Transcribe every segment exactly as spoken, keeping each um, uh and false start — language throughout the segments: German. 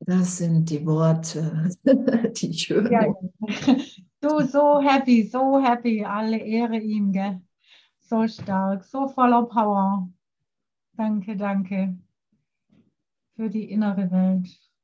Das sind die Worte, die ich hören Ja, muss. du, so happy, so happy. Alle Ehre ihm, gell? So stark, so voller Power. Danke, danke für die innere Welt.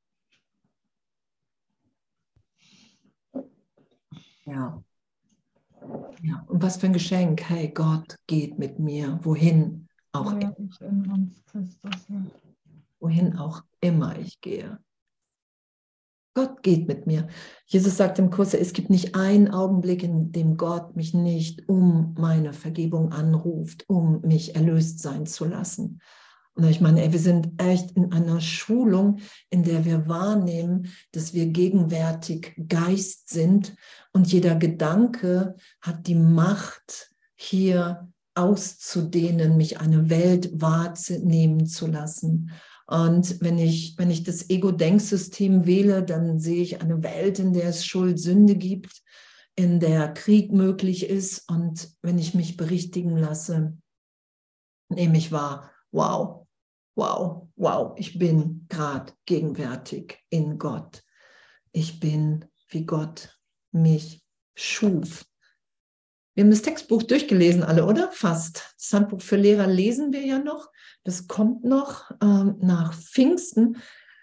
Ja. Ja. Und was für ein Geschenk. Hey, Gott geht mit mir, wohin auch, Ja, ich in uns, Christus. Ja. wohin auch immer ich gehe. Gott geht mit mir. Jesus sagt im Kurs, es gibt nicht einen Augenblick, in dem Gott mich nicht um meine Vergebung anruft, um mich erlöst sein zu lassen. Und ich meine, ey, wir sind echt in einer Schulung, in der wir wahrnehmen, dass wir gegenwärtig Geist sind und jeder Gedanke hat die Macht, hier auszudehnen, mich eine Welt wahrnehmen zu lassen. Und wenn ich, wenn ich das Ego-Denksystem wähle, dann sehe ich eine Welt, in der es Schuld, Sünde gibt, in der Krieg möglich ist. Und wenn ich mich berichtigen lasse, nehme ich wahr, wow, wow, wow, ich bin gerade gegenwärtig in Gott. Ich bin, wie Gott mich schuf. Wir haben das Textbuch durchgelesen alle, oder? Fast. Das Handbuch für Lehrer lesen wir ja noch. Das kommt noch ähm, nach Pfingsten.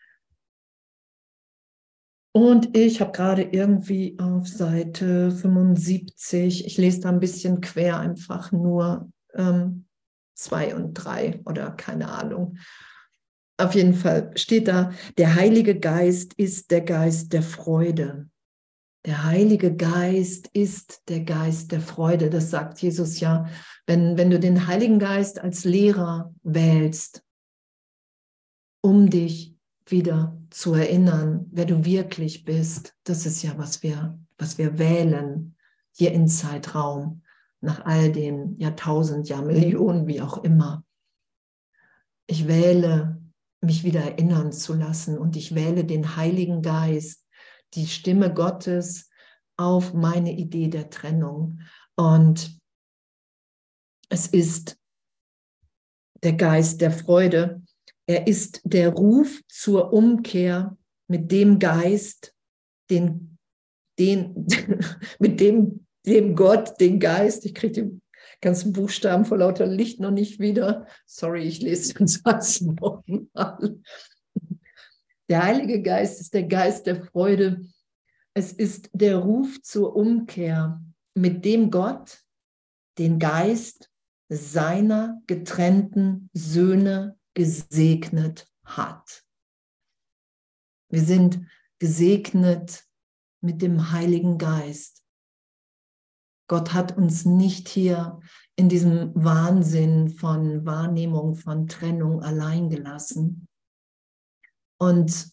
Und ich habe gerade irgendwie auf Seite fünfundsiebzig, ich lese da ein bisschen quer, einfach nur ähm, zwei und drei oder keine Ahnung. Auf jeden Fall steht da, der Heilige Geist ist der Geist der Freude. Der Heilige Geist ist der Geist der Freude. Das sagt Jesus ja. Wenn, wenn du den Heiligen Geist als Lehrer wählst, um dich wieder zu erinnern, wer du wirklich bist, das ist ja, was wir, was wir wählen hier im Zeitraum, nach all den Jahrtausend, Jahrmillionen, wie auch immer. Ich wähle, mich wieder erinnern zu lassen und ich wähle den Heiligen Geist, die Stimme Gottes auf meine Idee der Trennung. Und es ist der Geist der Freude. Er ist der Ruf zur Umkehr mit dem Geist, den, den, mit dem, dem Gott, den Geist. Ich kriege die ganzen Buchstaben vor lauter Licht noch nicht wieder. Sorry, ich lese den Satz nochmal. Der Heilige Geist ist der Geist der Freude. Es ist der Ruf zur Umkehr mit dem Gott, den Geist seiner getrennten Söhne gesegnet hat. Wir sind gesegnet mit dem Heiligen Geist. Gott hat uns nicht hier in diesem Wahnsinn von Wahrnehmung, von Trennung allein gelassen. Und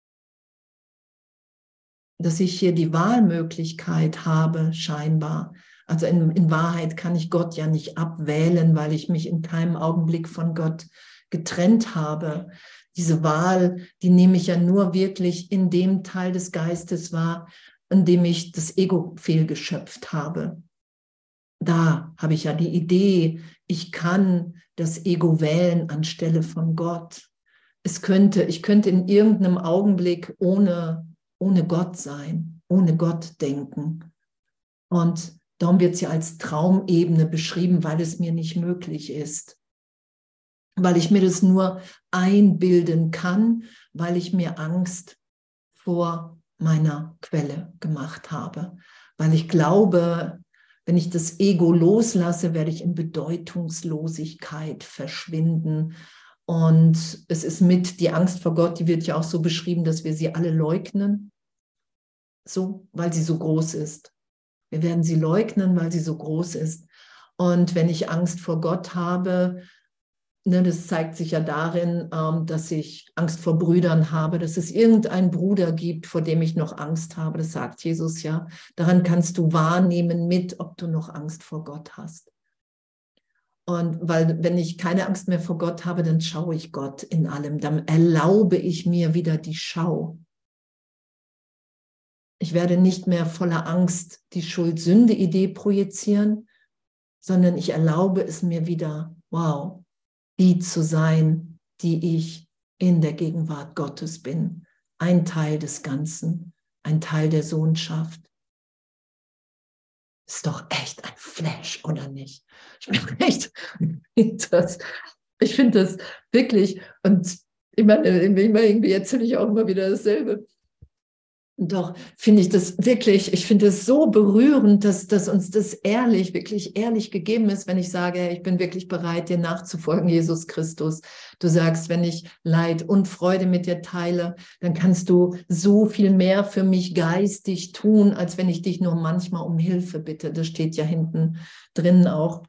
dass ich hier die Wahlmöglichkeit habe, scheinbar. Also in, in Wahrheit kann ich Gott ja nicht abwählen, weil ich mich in keinem Augenblick von Gott getrennt habe. Diese Wahl, die nehme ich ja nur wirklich in dem Teil des Geistes wahr, in dem ich das Ego fehlgeschöpft habe. Da habe ich ja die Idee, ich kann das Ego wählen anstelle von Gott. Es könnte, ich könnte in irgendeinem Augenblick ohne, ohne Gott sein, ohne Gott denken. Und darum wird es ja als Traumebene beschrieben, weil es mir nicht möglich ist. Weil ich mir das nur einbilden kann, weil ich mir Angst vor meiner Quelle gemacht habe. Weil ich glaube, wenn ich das Ego loslasse, werde ich in Bedeutungslosigkeit verschwinden. Und es ist mit die Angst vor Gott, die wird ja auch so beschrieben, dass wir sie alle leugnen, so, weil sie so groß ist. Wir werden sie leugnen, weil sie so groß ist. Und wenn ich Angst vor Gott habe, ne, das zeigt sich ja darin, ähm, dass ich Angst vor Brüdern habe, dass es irgendeinen Bruder gibt, vor dem ich noch Angst habe. Das sagt Jesus ja. Daran kannst du wahrnehmen mit, ob du noch Angst vor Gott hast. Und weil, wenn ich keine Angst mehr vor Gott habe, dann schaue ich Gott in allem. Dann erlaube ich mir wieder die Schau. Ich werde nicht mehr voller Angst die Schuld-Sünde-Idee projizieren, sondern ich erlaube es mir wieder, wow, die zu sein, die ich in der Gegenwart Gottes bin. ein Teil des Ganzen, ein Teil der Sohnschaft. Ist doch echt ein Flash, oder nicht? Ich bin echt, das, ich finde das wirklich, und ich meine, immer irgendwie erzähle ich auch immer wieder dasselbe. Und doch finde ich das wirklich, ich finde es so berührend, dass, dass uns das ehrlich, wirklich ehrlich gegeben ist, wenn ich sage, hey, ich bin wirklich bereit, dir nachzufolgen, Jesus Christus. Du sagst, wenn ich Leid und Freude mit dir teile, dann kannst du so viel mehr für mich geistig tun, als wenn ich dich nur manchmal um Hilfe bitte. Das steht ja hinten drin auch,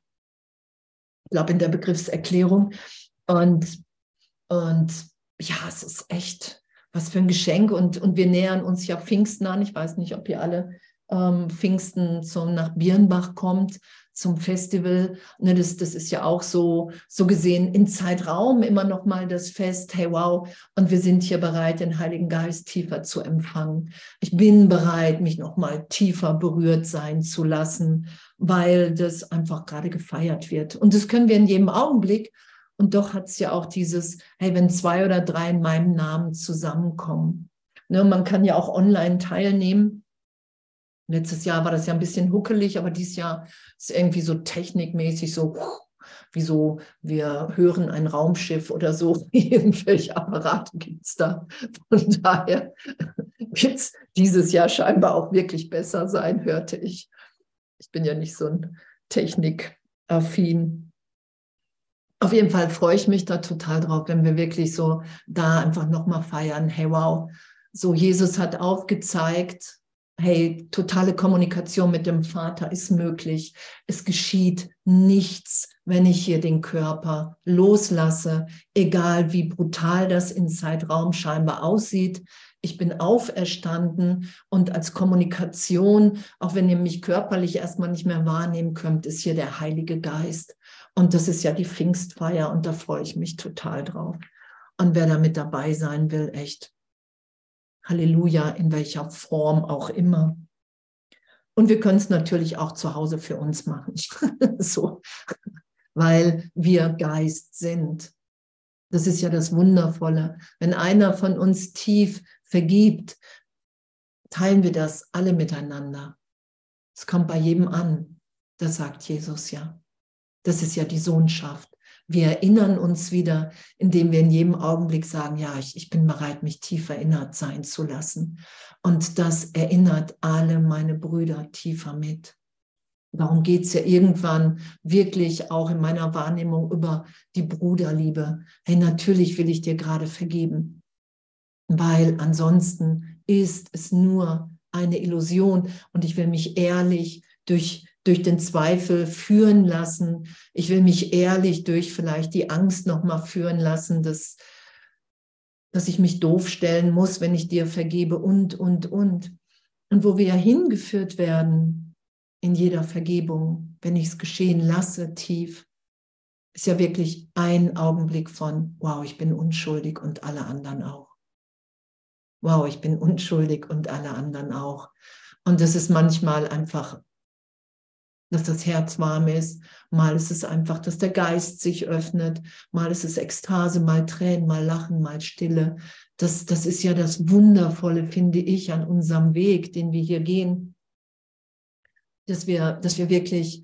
ich glaube, in der Begriffserklärung. Und, und ja, es ist echt... Was für ein Geschenk, und, und wir nähern uns ja Pfingsten an. Ich weiß nicht, ob ihr alle ähm, Pfingsten zum, nach Birnbach kommt, zum Festival. Ne, das, das ist ja auch so, so gesehen in Zeitraum immer noch mal das Fest. Hey, wow, und wir sind hier bereit, den Heiligen Geist tiefer zu empfangen. Ich bin bereit, mich noch mal tiefer berührt sein zu lassen, weil das einfach gerade gefeiert wird. Und das können wir in jedem Augenblick. Und doch hat es ja auch dieses, hey, wenn zwei oder drei in meinem Namen zusammenkommen. Ne, man kann ja auch online teilnehmen. Letztes Jahr war das ja ein bisschen huckelig, aber dieses Jahr ist irgendwie so technikmäßig so, wie so, wir hören ein Raumschiff oder so. Irgendwelche Apparate gibt es da. Von daher wird es dieses Jahr scheinbar auch wirklich besser sein, hörte ich. Ich bin ja nicht so ein technikaffin. Auf jeden Fall freue ich mich da total drauf, wenn wir wirklich so da einfach nochmal feiern. Hey, wow, so Jesus hat aufgezeigt, hey, totale Kommunikation mit dem Vater ist möglich. Es geschieht nichts, wenn ich hier den Körper loslasse, egal wie brutal das in Zeitraum scheinbar aussieht. Ich bin auferstanden, und als Kommunikation, auch wenn ihr mich körperlich erstmal nicht mehr wahrnehmen könnt, ist hier der Heilige Geist. Und das ist ja die Pfingstfeier, und da freue ich mich total drauf. Und wer da mit dabei sein will, echt Halleluja, in welcher Form auch immer. Und wir können es natürlich auch zu Hause für uns machen, so, weil wir Geist sind. Das ist ja das Wundervolle. Wenn einer von uns tief vergibt, teilen wir das alle miteinander. Es kommt bei jedem an. Das sagt Jesus ja. Das ist ja die Sohnschaft. Wir erinnern uns wieder, indem wir in jedem Augenblick sagen, ja, ich, ich bin bereit, mich tief erinnert sein zu lassen. Und das erinnert alle meine Brüder tiefer mit. Darum geht es ja irgendwann wirklich auch in meiner Wahrnehmung über die Bruderliebe. Hey, natürlich will ich dir gerade vergeben, weil ansonsten ist es nur eine Illusion, und ich will mich ehrlich durch durch den Zweifel führen lassen. Ich will mich ehrlich durch vielleicht die Angst nochmal führen lassen, dass, dass ich mich doof stellen muss, wenn ich dir vergebe, und, und, und. Und wo wir ja hingeführt werden in jeder Vergebung, wenn ich es geschehen lasse, tief, ist ja wirklich ein Augenblick von, wow, ich bin unschuldig und alle anderen auch. Wow, ich bin unschuldig und alle anderen auch. Und das ist manchmal einfach, dass das Herz warm ist, mal ist es einfach, dass der Geist sich öffnet, mal ist es Ekstase, mal Tränen, mal Lachen, mal Stille. Das, das ist ja das Wundervolle, finde ich, an unserem Weg, den wir hier gehen, dass wir, dass wir wirklich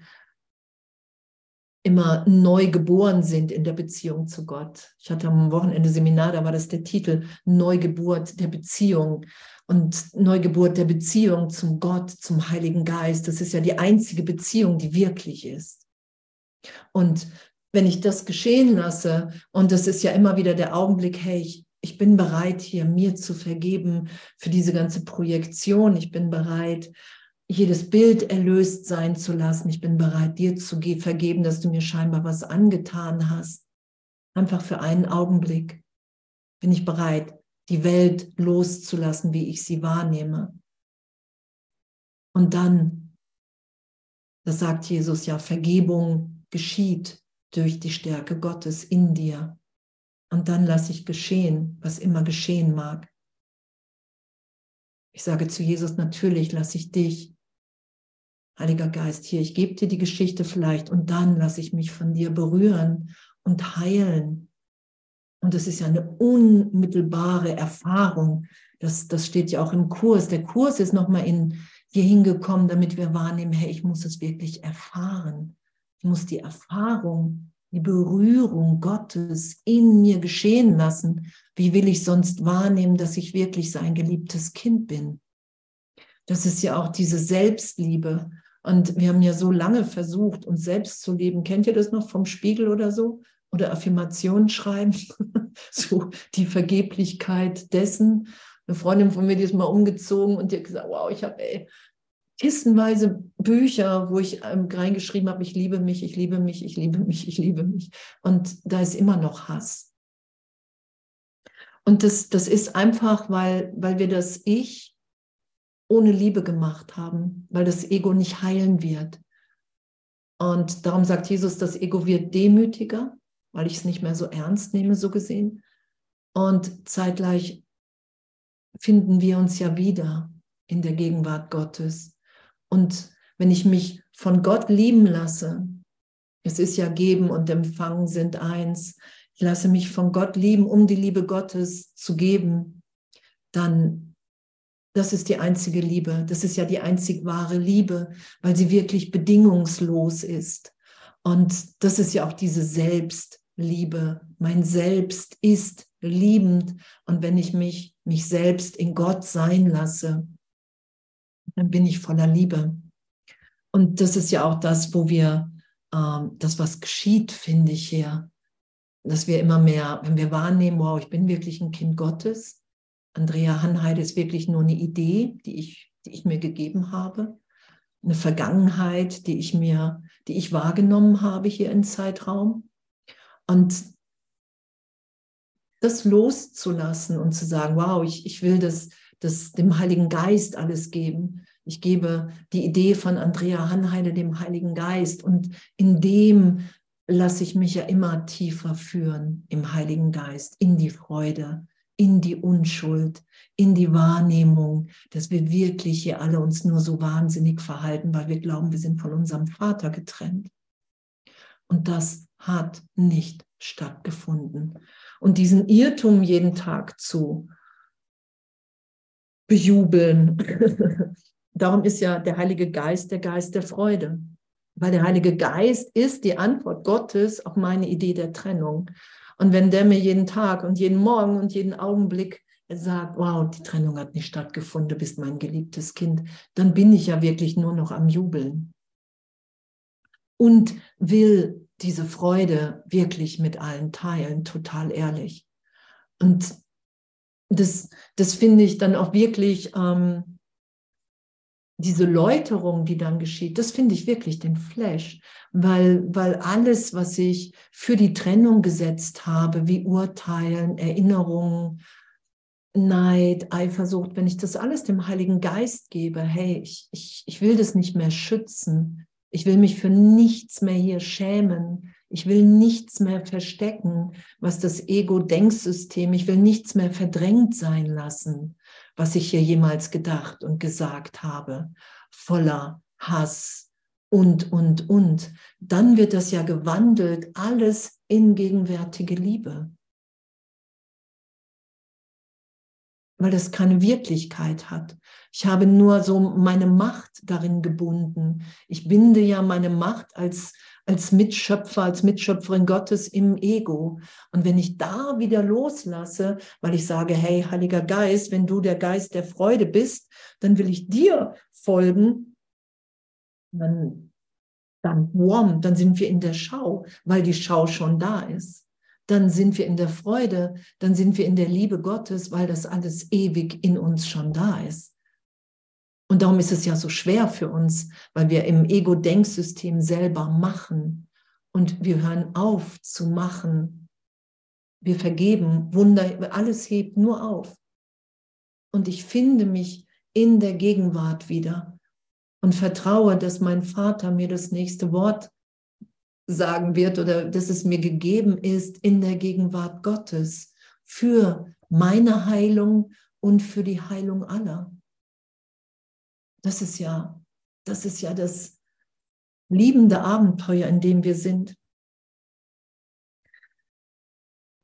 immer neu geboren sind in der Beziehung zu Gott. Ich hatte am Wochenende Seminar, da war das der Titel, Neugeburt der Beziehung. Und Neugeburt der Beziehung zum Gott, zum Heiligen Geist, das ist ja die einzige Beziehung, die wirklich ist. Und wenn ich das geschehen lasse, und das ist ja immer wieder der Augenblick, hey, ich, ich bin bereit, hier mir zu vergeben für diese ganze Projektion. Ich bin bereit, jedes Bild erlöst sein zu lassen. Ich bin bereit, dir zu vergeben, dass du mir scheinbar was angetan hast. Einfach für einen Augenblick bin ich bereit, die Welt loszulassen, wie ich sie wahrnehme. Und dann, das sagt Jesus ja, Vergebung geschieht durch die Stärke Gottes in dir. Und dann lasse ich geschehen, was immer geschehen mag. Ich sage zu Jesus, natürlich lasse ich dich, Heiliger Geist, hier, ich gebe dir die Geschichte vielleicht, und dann lasse ich mich von dir berühren und heilen. Und das ist ja eine unmittelbare Erfahrung. Das, das steht ja auch im Kurs. Der Kurs ist nochmal in hier hingekommen, damit wir wahrnehmen, hey, ich muss es wirklich erfahren. Ich muss die Erfahrung, die Berührung Gottes in mir geschehen lassen. Wie will ich sonst wahrnehmen, dass ich wirklich sein geliebtes Kind bin? Das ist ja auch diese Selbstliebe. Und wir haben ja so lange versucht, uns selbst zu lieben. Kennt ihr das noch vom Spiegel oder so? Oder Affirmationen schreiben? So die Vergeblichkeit dessen. Eine Freundin von mir, die ist mal umgezogen und die hat gesagt, wow, ich habe ey, kistenweise Bücher, wo ich ähm, reingeschrieben habe, ich liebe mich, ich liebe mich, ich liebe mich, ich liebe mich. Und da ist immer noch Hass. Und das, das ist einfach, weil, weil wir das Ich ohne Liebe gemacht haben, weil das Ego nicht heilen wird. Und darum sagt Jesus, das Ego wird demütiger, weil ich es nicht mehr so ernst nehme, so gesehen. Und zeitgleich finden wir uns ja wieder in der Gegenwart Gottes. Und wenn ich mich von Gott lieben lasse, es ist ja Geben und Empfangen sind eins, ich lasse mich von Gott lieben, um die Liebe Gottes zu geben, dann, das ist die einzige Liebe. Das ist ja die einzig wahre Liebe, weil sie wirklich bedingungslos ist. Und das ist ja auch diese Selbstliebe. Mein Selbst ist liebend. Und wenn ich mich, mich selbst in Gott sein lasse, dann bin ich voller Liebe. Und das ist ja auch das, wo wir, ähm, das, was geschieht, finde ich hier, dass wir immer mehr, wenn wir wahrnehmen, wow, ich bin wirklich ein Kind Gottes. Andrea Hanheide ist wirklich nur eine Idee, die ich, die ich mir gegeben habe. Eine Vergangenheit, die ich mir, die ich wahrgenommen habe hier im Zeitraum. Und das loszulassen und zu sagen, wow, ich, ich will das, das dem Heiligen Geist alles geben. Ich gebe die Idee von Andrea Hanheide dem Heiligen Geist und in dem lasse ich mich ja immer tiefer führen im Heiligen Geist, in die Freude, in die Unschuld, in die Wahrnehmung, dass wir wirklich hier alle uns nur so wahnsinnig verhalten, weil wir glauben, wir sind von unserem Vater getrennt. Und das hat nicht stattgefunden. Und diesen Irrtum jeden Tag zu bejubeln, darum ist ja der Heilige Geist der Geist der Freude. Weil der Heilige Geist ist die Antwort Gottes auf meine Idee der Trennung. Und wenn der mir jeden Tag und jeden Morgen und jeden Augenblick sagt, wow, die Trennung hat nicht stattgefunden, du bist mein geliebtes Kind, dann bin ich ja wirklich nur noch am Jubeln. Und will diese Freude wirklich mit allen teilen, total ehrlich. Und das, das finde ich dann auch wirklich, ähm, diese Läuterung, die dann geschieht, das finde ich wirklich den Flash, weil, weil alles, was ich für die Trennung gesetzt habe, wie Urteilen, Erinnerungen, Neid, Eifersucht, wenn ich das alles dem Heiligen Geist gebe, hey, ich, ich, ich will das nicht mehr schützen, ich will mich für nichts mehr hier schämen, ich will nichts mehr verstecken, was das Ego-Denksystem, ich will nichts mehr verdrängt sein lassen, was ich hier jemals gedacht und gesagt habe, voller Hass und, und, und. Dann wird das ja gewandelt, alles in gegenwärtige Liebe. Weil das keine Wirklichkeit hat. Ich habe nur so meine Macht darin gebunden. Ich binde ja meine Macht als, als Mitschöpfer, als Mitschöpferin Gottes im Ego. Und wenn ich da wieder loslasse, weil ich sage, hey, Heiliger Geist, wenn du der Geist der Freude bist, dann will ich dir folgen, dann, dann, wow, dann sind wir in der Schau, weil die Schau schon da ist. Dann sind wir in der Freude, dann sind wir in der Liebe Gottes, weil das alles ewig in uns schon da ist. Und darum ist es ja so schwer für uns, weil wir im Ego-Denksystem selber machen und wir hören auf zu machen. Wir vergeben, Wunder, alles hebt nur auf. Und ich finde mich in der Gegenwart wieder und vertraue, dass mein Vater mir das nächste Wort sagen wird oder dass es mir gegeben ist in der Gegenwart Gottes für meine Heilung und für die Heilung aller. Das ist ja, das ist ja das liebende Abenteuer, in dem wir sind.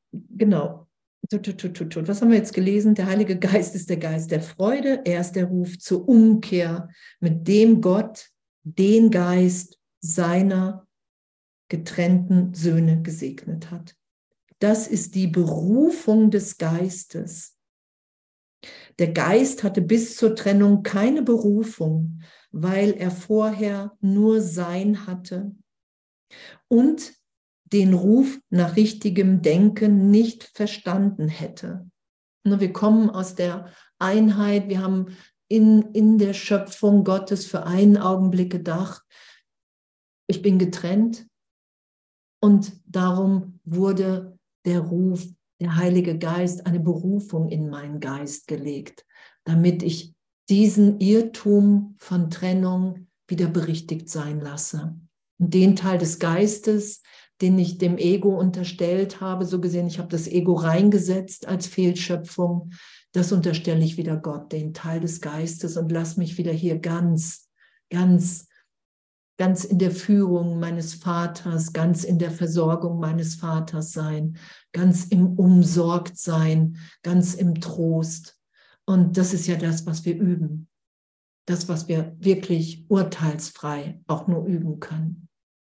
genau. Tut, tut, tut, tut, tut. Was haben wir jetzt gelesen? Der Heilige Geist ist der Geist der Freude. Er ist der Ruf zur Umkehr, mit dem Gott den Geist seiner getrennten Söhne gesegnet hat. Das ist die Berufung des Geistes. Der Geist hatte bis zur Trennung keine Berufung, weil er vorher nur Sein hatte und den Ruf nach richtigem Denken nicht verstanden hätte. Wir kommen aus der Einheit, wir haben in, in der Schöpfung Gottes für einen Augenblick gedacht, ich bin getrennt und darum wurde der Ruf, der Heilige Geist, eine Berufung in meinen Geist gelegt, damit ich diesen Irrtum von Trennung wieder berichtigt sein lasse. Und den Teil des Geistes, den ich dem Ego unterstellt habe, so gesehen, ich habe das Ego reingesetzt als Fehlschöpfung, das unterstelle ich wieder Gott, den Teil des Geistes, und lass mich wieder hier ganz, ganz, ganz in der Führung meines Vaters, ganz in der Versorgung meines Vaters sein, ganz im Umsorgtsein, ganz im Trost. Und das ist ja das, was wir üben. Das, was wir wirklich urteilsfrei auch nur üben können.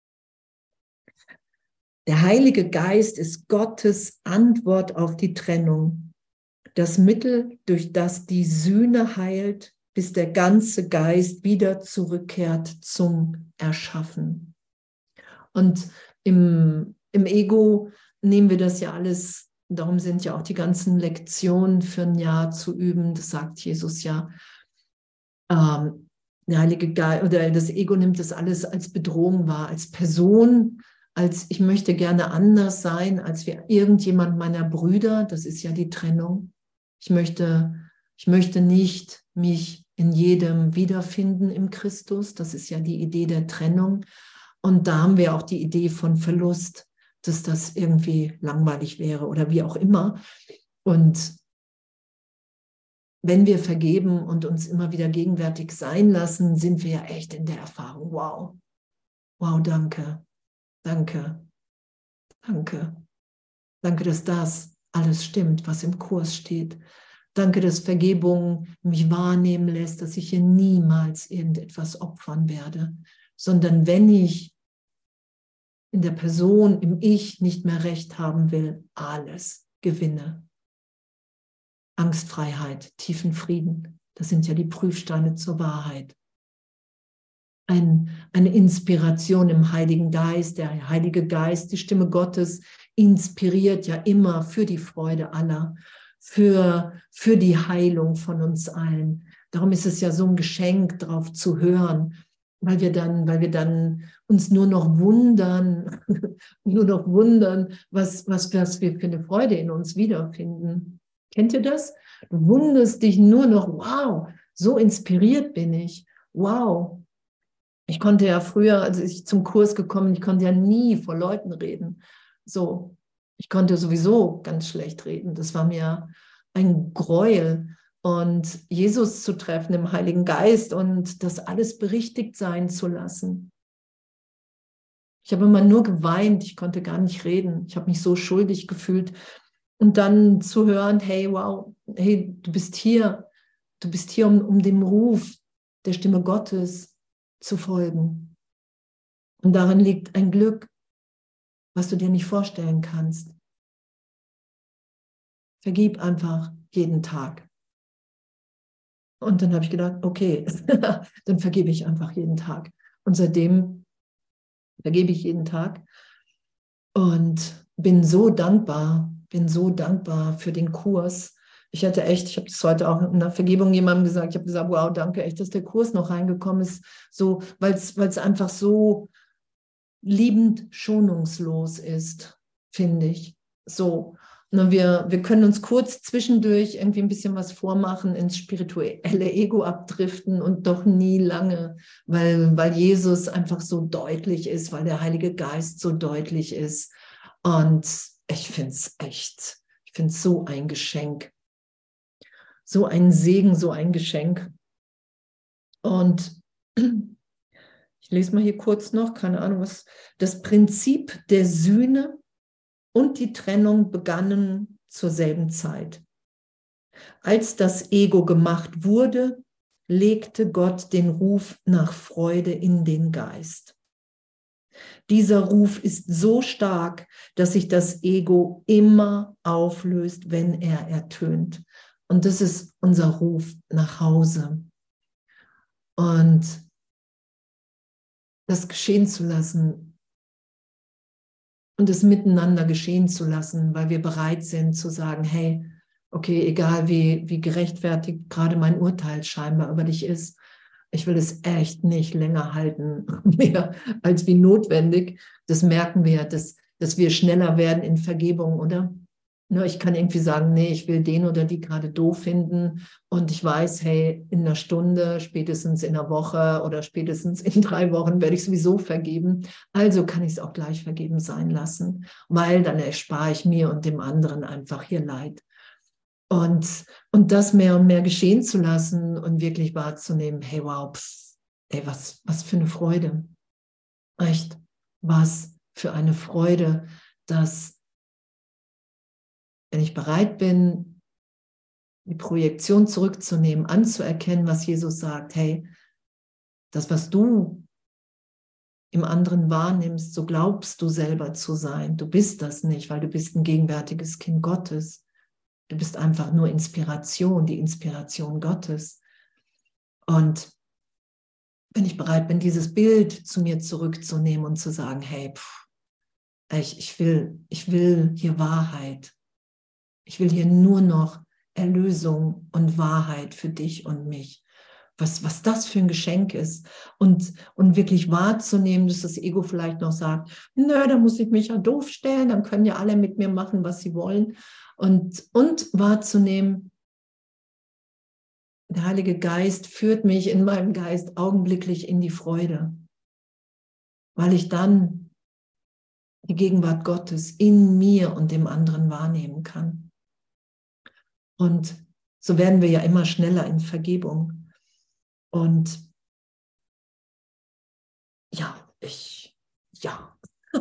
Der Heilige Geist ist Gottes Antwort auf die Trennung, das Mittel, durch das die Sühne heilt, bis der ganze Geist wieder zurückkehrt zum Erschaffen. Und im, im Ego nehmen wir das ja alles, darum sind ja auch die ganzen Lektionen für ein Jahr zu üben, das sagt Jesus ja. Ähm, der Heilige Geist oder das Ego nimmt das alles als Bedrohung wahr, als Person, als ich möchte gerne anders sein, als wie irgendjemand meiner Brüder. Das ist ja die Trennung. Ich möchte, ich möchte nicht mich in jedem wiederfinden im Christus. Das ist ja die Idee der Trennung. Und da haben wir auch die Idee von Verlust, dass das irgendwie langweilig wäre oder wie auch immer. Und wenn wir vergeben und uns immer wieder gegenwärtig sein lassen, sind wir ja echt in der Erfahrung. Wow, wow, danke. Danke, danke, danke, dass das alles stimmt, was im Kurs steht. Danke, dass Vergebung mich wahrnehmen lässt, dass ich hier niemals irgendetwas opfern werde, sondern wenn ich in der Person, im Ich nicht mehr recht haben will, alles gewinne. Angstfreiheit, tiefen Frieden, das sind ja die Prüfsteine zur Wahrheit. Ein, eine Inspiration im Heiligen Geist. Der Heilige Geist, die Stimme Gottes, inspiriert ja immer für die Freude aller, für, für die Heilung von uns allen. Darum ist es ja so ein Geschenk, darauf zu hören, weil wir dann, weil wir dann uns nur noch wundern, nur noch wundern, was, was, was wir für eine Freude in uns wiederfinden. Kennt ihr das? Du wunderst dich nur noch, wow, so inspiriert bin ich, wow. Ich konnte ja früher, als ich zum Kurs gekommen bin, ich konnte ja nie vor Leuten reden. So, ich konnte sowieso ganz schlecht reden. Das war mir ein Gräuel. Und Jesus zu treffen im Heiligen Geist und das alles berichtigt sein zu lassen. Ich habe immer nur geweint, ich konnte gar nicht reden. Ich habe mich so schuldig gefühlt. Und dann zu hören, hey, wow, hey, du bist hier. Du bist hier, um, um dem Ruf der Stimme Gottes zu folgen. Und darin liegt ein Glück, was du dir nicht vorstellen kannst. Vergib einfach jeden Tag. Und dann habe ich gedacht, okay, dann vergebe ich einfach jeden Tag. Und seitdem vergebe ich jeden Tag und bin so dankbar, bin so dankbar für den Kurs. Ich hatte echt, ich habe das heute auch in der Vergebung jemandem gesagt, ich habe gesagt, wow, danke echt, dass der Kurs noch reingekommen ist, so, weil es einfach so liebend schonungslos ist, finde ich. So, und wir, wir können uns kurz zwischendurch irgendwie ein bisschen was vormachen, ins spirituelle Ego abdriften und doch nie lange, weil, weil Jesus einfach so deutlich ist, weil der Heilige Geist so deutlich ist. Und ich finde es echt, ich finde es so ein Geschenk. So ein Segen, so ein Geschenk. Und ich lese mal hier kurz noch, keine Ahnung was, das Prinzip der Sühne und die Trennung begannen zur selben Zeit. Als das Ego gemacht wurde, legte Gott den Ruf nach Freude in den Geist. Dieser Ruf ist so stark, dass sich das Ego immer auflöst, wenn er ertönt. Und das ist unser Ruf nach Hause. Und das geschehen zu lassen und es miteinander geschehen zu lassen, weil wir bereit sind zu sagen, hey, okay, egal wie, wie gerechtfertigt gerade mein Urteil scheinbar über dich ist, ich will es echt nicht länger halten, mehr als wie notwendig. Das merken wir, dass, dass wir schneller werden in Vergebung, oder? Nur ich kann irgendwie sagen, nee, ich will den oder die gerade doof finden und ich weiß, hey, in einer Stunde, spätestens in einer Woche oder spätestens in drei Wochen werde ich sowieso vergeben. Also kann ich es auch gleich vergeben sein lassen, weil dann erspare ich mir und dem anderen einfach hier Leid. Und, und das mehr und mehr geschehen zu lassen und wirklich wahrzunehmen, hey, wow, pff, ey, was, was für eine Freude. Echt, was für eine Freude, dass wenn ich bereit bin, die Projektion zurückzunehmen, anzuerkennen, was Jesus sagt, hey, das, was du im anderen wahrnimmst, so glaubst du selber zu sein. Du bist das nicht, weil du bist ein gegenwärtiges Kind Gottes. Du bist einfach nur Inspiration, die Inspiration Gottes. Und wenn ich bereit bin, dieses Bild zu mir zurückzunehmen und zu sagen, hey, pff, ich, ich, will, ich will hier Wahrheit. Ich will hier nur noch Erlösung und Wahrheit für dich und mich. Was, was das für ein Geschenk ist. Und, und wirklich wahrzunehmen, dass das Ego vielleicht noch sagt, nö, da muss ich mich ja doof stellen, dann können ja alle mit mir machen, was sie wollen. Und, und wahrzunehmen, der Heilige Geist führt mich in meinem Geist augenblicklich in die Freude, weil ich dann die Gegenwart Gottes in mir und dem anderen wahrnehmen kann. Und so werden wir ja immer schneller in Vergebung. Und ja, ich, ja,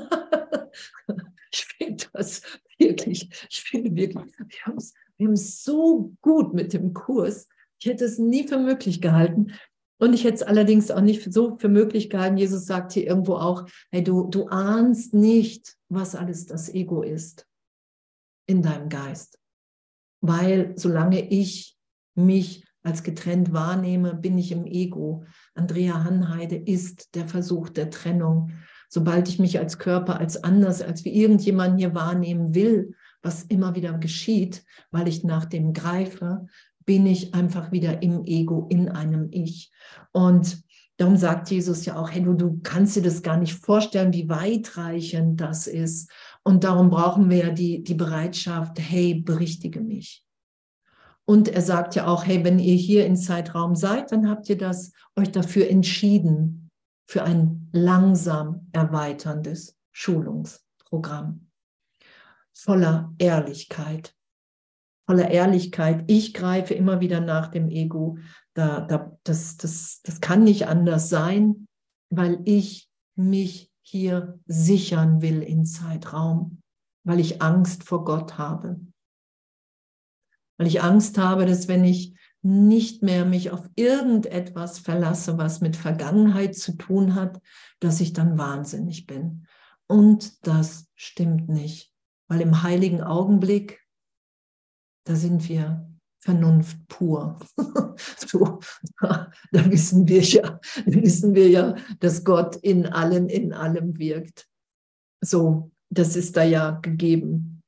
ich finde das wirklich, ich finde wirklich, wir haben es wir haben es so gut mit dem Kurs. Ich hätte es nie für möglich gehalten. Und ich hätte es allerdings auch nicht so für möglich gehalten. Jesus sagt hier irgendwo auch, hey, du, du ahnst nicht, was alles das Ego ist in deinem Geist. Weil solange ich mich als getrennt wahrnehme, bin ich im Ego. Andrea Hanheide ist der Versuch der Trennung. Sobald ich mich als Körper, als anders, als wie irgendjemand hier wahrnehmen will, was immer wieder geschieht, weil ich nach dem greife, bin ich einfach wieder im Ego, in einem Ich. Und darum sagt Jesus ja auch, hey, du, du kannst dir das gar nicht vorstellen, wie weitreichend das ist. Und darum brauchen wir ja die, die Bereitschaft, hey, berichtige mich. Und er sagt ja auch, hey, wenn ihr hier im Zeitraum seid, dann habt ihr das, euch dafür entschieden, für ein langsam erweiterndes Schulungsprogramm. Voller Ehrlichkeit. Voller Ehrlichkeit. Ich greife immer wieder nach dem Ego. Da, da, das, das, das kann nicht anders sein, weil ich mich hier sichern will im Zeitraum, weil ich Angst vor Gott habe. Weil ich Angst habe, dass wenn ich nicht mehr mich auf irgendetwas verlasse, was mit Vergangenheit zu tun hat, dass ich dann wahnsinnig bin. Und das stimmt nicht, weil im heiligen Augenblick, da sind wir Vernunft pur. So, da, da wissen wir ja, da wissen wir ja, dass Gott in allen, in allem wirkt. So, das ist da ja gegeben.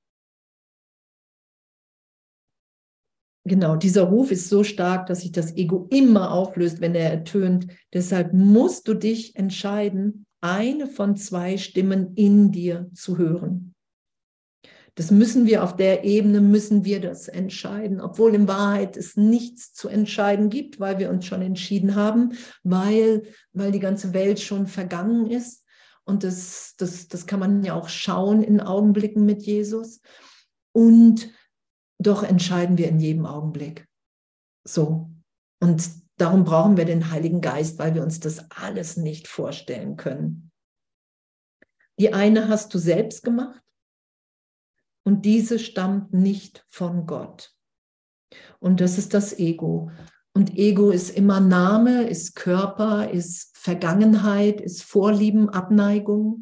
Genau, dieser Ruf ist so stark, dass sich das Ego immer auflöst, wenn er ertönt. Deshalb musst du dich entscheiden, eine von zwei Stimmen in dir zu hören. Das müssen wir auf der Ebene, müssen wir das entscheiden, obwohl in Wahrheit es nichts zu entscheiden gibt, weil wir uns schon entschieden haben, weil, weil die ganze Welt schon vergangen ist. Und das, das, das kann man ja auch schauen in Augenblicken mit Jesus. Und doch entscheiden wir in jedem Augenblick. So. Und darum brauchen wir den Heiligen Geist, weil wir uns das alles nicht vorstellen können. Die eine hast du selbst gemacht und diese stammt nicht von Gott. Und das ist das Ego. Und Ego ist immer Name, ist Körper, ist Vergangenheit, ist Vorlieben, Abneigung,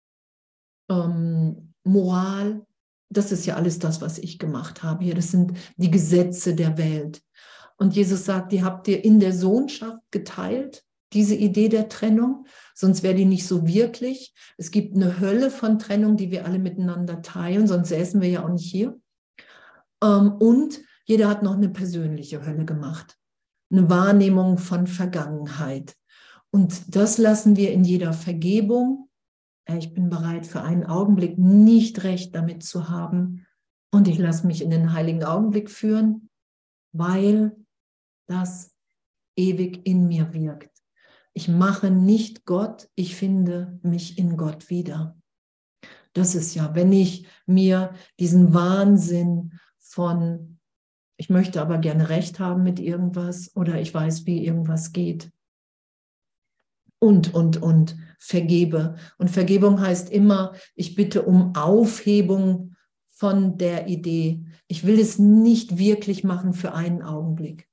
ähm, Moral. Das ist ja alles das, was ich gemacht habe hier. Das sind die Gesetze der Welt. Und Jesus sagt, die habt ihr in der Sohnschaft geteilt, diese Idee der Trennung, sonst wäre die nicht so wirklich. Es gibt eine Hölle von Trennung, die wir alle miteinander teilen, sonst säßen wir ja auch nicht hier. Und jeder hat noch eine persönliche Hölle gemacht, eine Wahrnehmung von Vergangenheit. Und das lassen wir in jeder Vergebung. Ich bin bereit, für einen Augenblick nicht recht damit zu haben. Und ich lasse mich in den heiligen Augenblick führen, weil das ewig in mir wirkt. Ich mache nicht Gott, ich finde mich in Gott wieder. Das ist ja, wenn ich mir diesen Wahnsinn von, ich möchte aber gerne Recht haben mit irgendwas oder ich weiß, wie irgendwas geht. Und, und, und vergebe. Und Vergebung heißt immer, ich bitte um Aufhebung von der Idee. Ich will es nicht wirklich machen für einen Augenblick.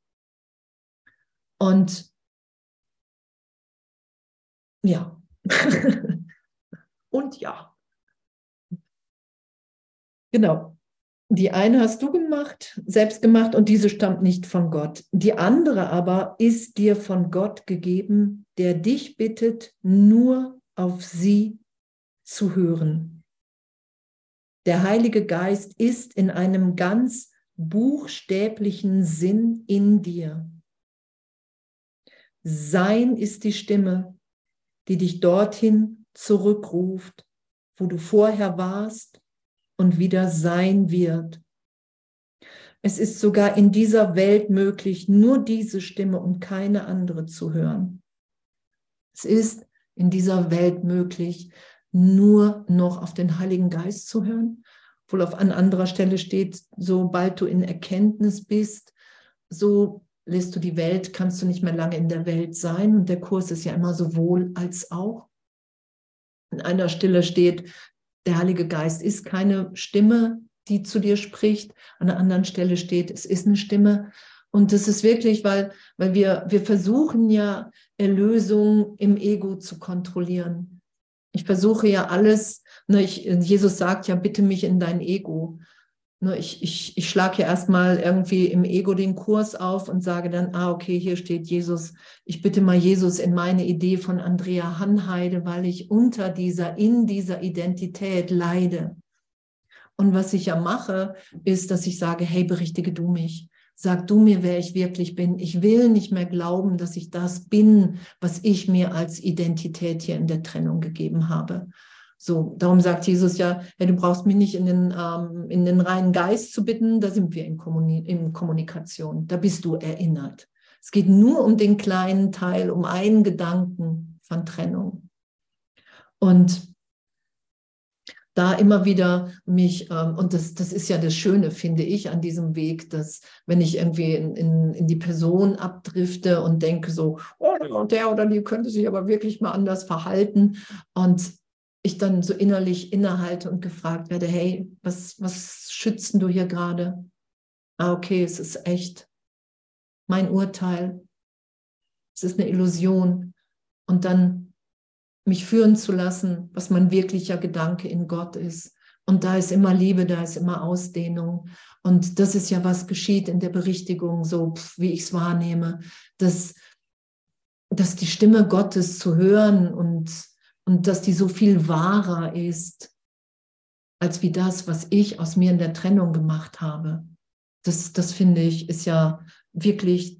Und ja. Und ja. Genau. Die eine hast du gemacht, selbst gemacht und diese stammt nicht von Gott. Die andere aber ist dir von Gott gegeben, der dich bittet, nur auf sie zu hören. Der Heilige Geist ist in einem ganz buchstäblichen Sinn in dir. Sein ist die Stimme, die dich dorthin zurückruft, wo du vorher warst und wieder sein wird. Es ist sogar in dieser Welt möglich, nur diese Stimme und keine andere zu hören. Es ist in dieser Welt möglich, nur noch auf den Heiligen Geist zu hören, obwohl auf an anderer Stelle steht, sobald du in Erkenntnis bist, so lässt du die Welt, kannst du nicht mehr lange in der Welt sein. Und der Kurs ist ja immer sowohl als auch. An einer Stelle steht, der Heilige Geist ist keine Stimme, die zu dir spricht. An der anderen Stelle steht, es ist eine Stimme. Und das ist wirklich, weil, weil wir, wir versuchen ja, Erlösung im Ego zu kontrollieren. Ich versuche ja alles, ne, ich, Jesus sagt ja, bitte mich in dein Ego. Ne, ich ich, ich schlage ja erstmal irgendwie im Ego den Kurs auf und sage dann, ah, okay, hier steht Jesus. Ich bitte mal Jesus in meine Idee von Andrea Hanheide, weil ich unter dieser, in dieser Identität leide. Und was ich ja mache, ist, dass ich sage, hey, berichtige du mich. Sag du mir, wer ich wirklich bin. Ich will nicht mehr glauben, dass ich das bin, was ich mir als Identität hier in der Trennung gegeben habe. So, darum sagt Jesus ja, hey, du brauchst mich nicht in den, ähm, in den reinen Geist zu bitten, da sind wir in, Kommuni- in Kommunikation, da bist du erinnert. Es geht nur um den kleinen Teil, um einen Gedanken von Trennung. Und da immer wieder mich, ähm, und das, das ist ja das Schöne, finde ich, an diesem Weg, dass wenn ich irgendwie in, in, in die Person abdrifte und denke so, oh, der oder die könnte sich aber wirklich mal anders verhalten und ich dann so innerlich innehalte und gefragt werde, hey, was, was schützt du hier gerade? Ah, okay, es ist echt mein Urteil. Es ist eine Illusion. Und dann mich führen zu lassen, was mein wirklicher Gedanke in Gott ist. Und da ist immer Liebe, da ist immer Ausdehnung. Und das ist ja, was geschieht in der Berichtigung, so wie ich es wahrnehme, dass, dass die Stimme Gottes zu hören und, und dass die so viel wahrer ist, als wie das, was ich aus mir in der Trennung gemacht habe. Das, das finde ich, ist ja wirklich,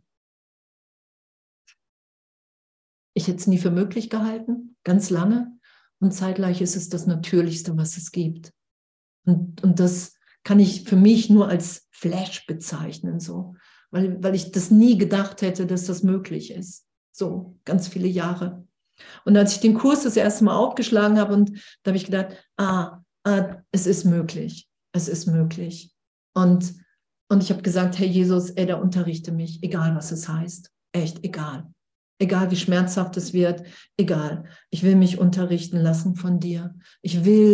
ich hätte es nie für möglich gehalten, ganz lange. Und zeitgleich ist es das Natürlichste, was es gibt. Und, und das kann ich für mich nur als Flash bezeichnen, so, weil, weil ich das nie gedacht hätte, dass das möglich ist. So, ganz viele Jahre. Und als ich den Kurs das erste Mal aufgeschlagen habe, und da habe ich gedacht, ah, ah, es ist möglich. Es ist möglich. Und, und ich habe gesagt, hey Jesus, ey, da unterrichte mich, egal was es heißt. Echt, egal. Egal wie schmerzhaft es wird, egal. Ich will mich unterrichten lassen von dir. Ich will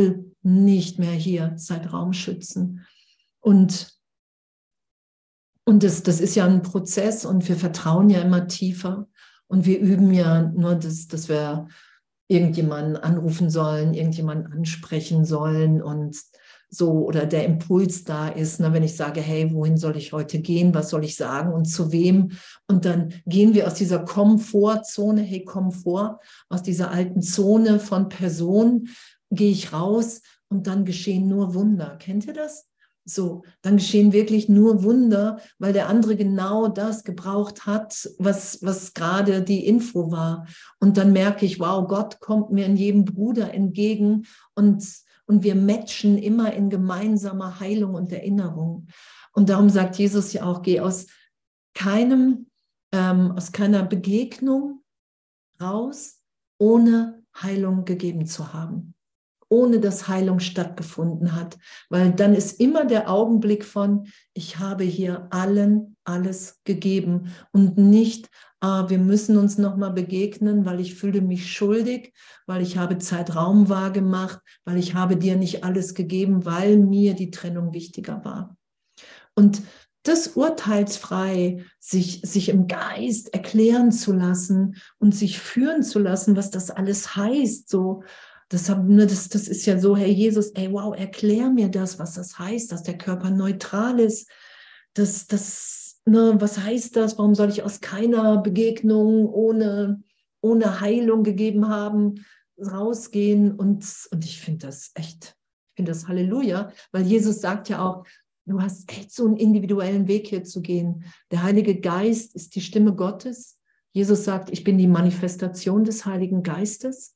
nicht mehr hier, seid Raumschützen. Und, und das, das ist ja ein Prozess und wir vertrauen ja immer tiefer und wir üben ja nur, das, dass wir irgendjemanden anrufen sollen, irgendjemanden ansprechen sollen und so, oder der Impuls da ist, ne, wenn ich sage, hey, wohin soll ich heute gehen, was soll ich sagen und zu wem? Und dann gehen wir aus dieser Komfortzone, hey, Komfort, aus dieser alten Zone von Person, gehe ich raus und dann geschehen nur Wunder. Kennt ihr das? So, dann geschehen wirklich nur Wunder, weil der andere genau das gebraucht hat, was, was gerade die Info war. Und dann merke ich, wow, Gott kommt mir in jedem Bruder entgegen und, und wir matchen immer in gemeinsamer Heilung und Erinnerung. Und darum sagt Jesus ja auch, geh aus keinem, ähm, aus keiner Begegnung raus, ohne Heilung gegeben zu haben. Ohne dass Heilung stattgefunden hat, weil dann ist immer der Augenblick von, ich habe hier allen alles gegeben und nicht, ah, wir müssen uns nochmal begegnen, weil ich fühle mich schuldig, weil ich habe Zeitraum wahrgemacht, weil ich habe dir nicht alles gegeben, weil mir die Trennung wichtiger war. Und das urteilsfrei, sich, sich im Geist erklären zu lassen und sich führen zu lassen, was das alles heißt, so, Das, haben, ne, das, das ist ja so, hey Jesus, ey, wow, erklär mir das, was das heißt, dass der Körper neutral ist. Das, das, ne, was heißt das? Warum soll ich aus keiner Begegnung ohne, ohne Heilung gegeben haben, rausgehen? Und, und ich finde das echt, ich finde das Halleluja, weil Jesus sagt ja auch, du hast echt so einen individuellen Weg hier zu gehen. Der Heilige Geist ist die Stimme Gottes. Jesus sagt, ich bin die Manifestation des Heiligen Geistes.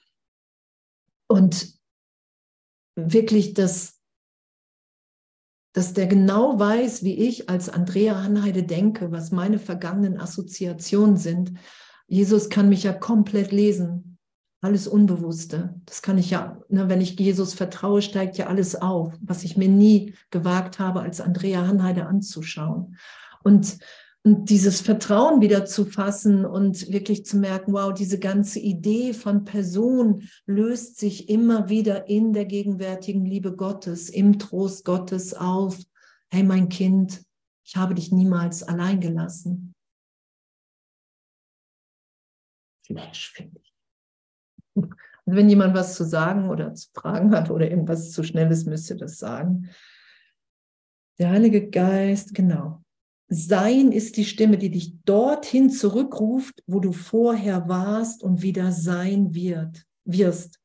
Und wirklich, dass, dass der genau weiß, wie ich als Andrea Hanheide denke, was meine vergangenen Assoziationen sind. Jesus kann mich ja komplett lesen, alles Unbewusste. Das kann ich ja, ne, wenn ich Jesus vertraue, steigt ja alles auf, was ich mir nie gewagt habe, als Andrea Hanheide anzuschauen. Und Und dieses Vertrauen wieder zu fassen und wirklich zu merken, wow, diese ganze Idee von Person löst sich immer wieder in der gegenwärtigen Liebe Gottes, im Trost Gottes auf. Hey, mein Kind, ich habe dich niemals allein gelassen. Flash, finde ich. Und wenn jemand was zu sagen oder zu fragen hat oder irgendwas zu schnell ist, müsste das sagen. Der Heilige Geist, genau. Sein ist die Stimme, die dich dorthin zurückruft, wo du vorher warst und wieder sein wird, wirst.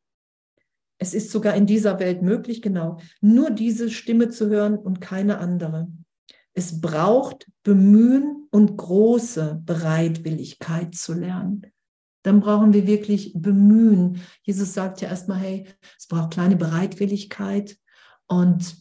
Es ist sogar in dieser Welt möglich, genau, nur diese Stimme zu hören und keine andere. Es braucht Bemühen und große Bereitwilligkeit zu lernen. Dann brauchen wir wirklich Bemühen. Jesus sagt ja erstmal, hey, es braucht kleine Bereitwilligkeit und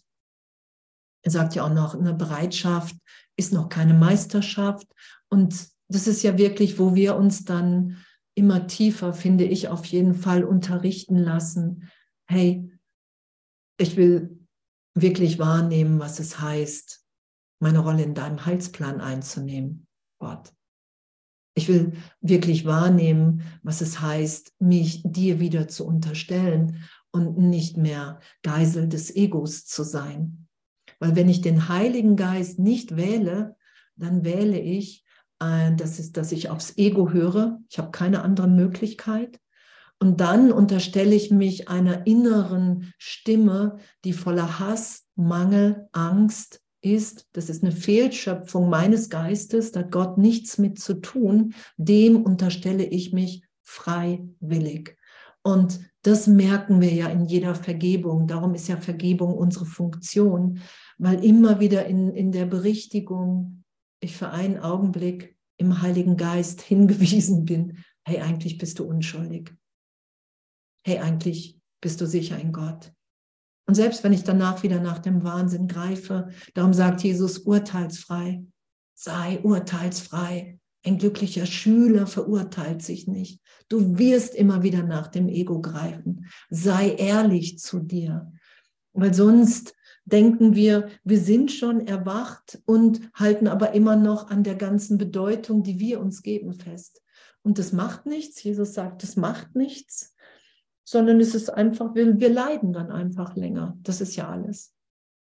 er sagt ja auch noch, eine Bereitschaft ist noch keine Meisterschaft. Und das ist ja wirklich, wo wir uns dann immer tiefer, finde ich, auf jeden Fall unterrichten lassen. Hey, ich will wirklich wahrnehmen, was es heißt, meine Rolle in deinem Heilsplan einzunehmen, Gott. Ich will wirklich wahrnehmen, was es heißt, mich dir wieder zu unterstellen und nicht mehr Geisel des Egos zu sein. Weil wenn ich den Heiligen Geist nicht wähle, dann wähle ich, äh, das ist, dass ich aufs Ego höre. Ich habe keine andere Möglichkeit. Und dann unterstelle ich mich einer inneren Stimme, die voller Hass, Mangel, Angst ist. Das ist eine Fehlschöpfung meines Geistes, da hat Gott nichts mit zu tun. Dem unterstelle ich mich freiwillig. Und das merken wir ja in jeder Vergebung. Darum ist ja Vergebung unsere Funktion, weil immer wieder in, in der Berichtigung ich für einen Augenblick im Heiligen Geist hingewiesen bin, hey, eigentlich bist du unschuldig. Hey, eigentlich bist du sicher in Gott. Und selbst wenn ich danach wieder nach dem Wahnsinn greife, darum sagt Jesus, urteilsfrei, sei urteilsfrei. Ein glücklicher Schüler verurteilt sich nicht. Du wirst immer wieder nach dem Ego greifen. Sei ehrlich zu dir, weil sonst denken wir, wir sind schon erwacht und halten aber immer noch an der ganzen Bedeutung, die wir uns geben, fest. Und das macht nichts. Jesus sagt, das macht nichts, sondern es ist einfach, wir, wir leiden dann einfach länger. Das ist ja alles.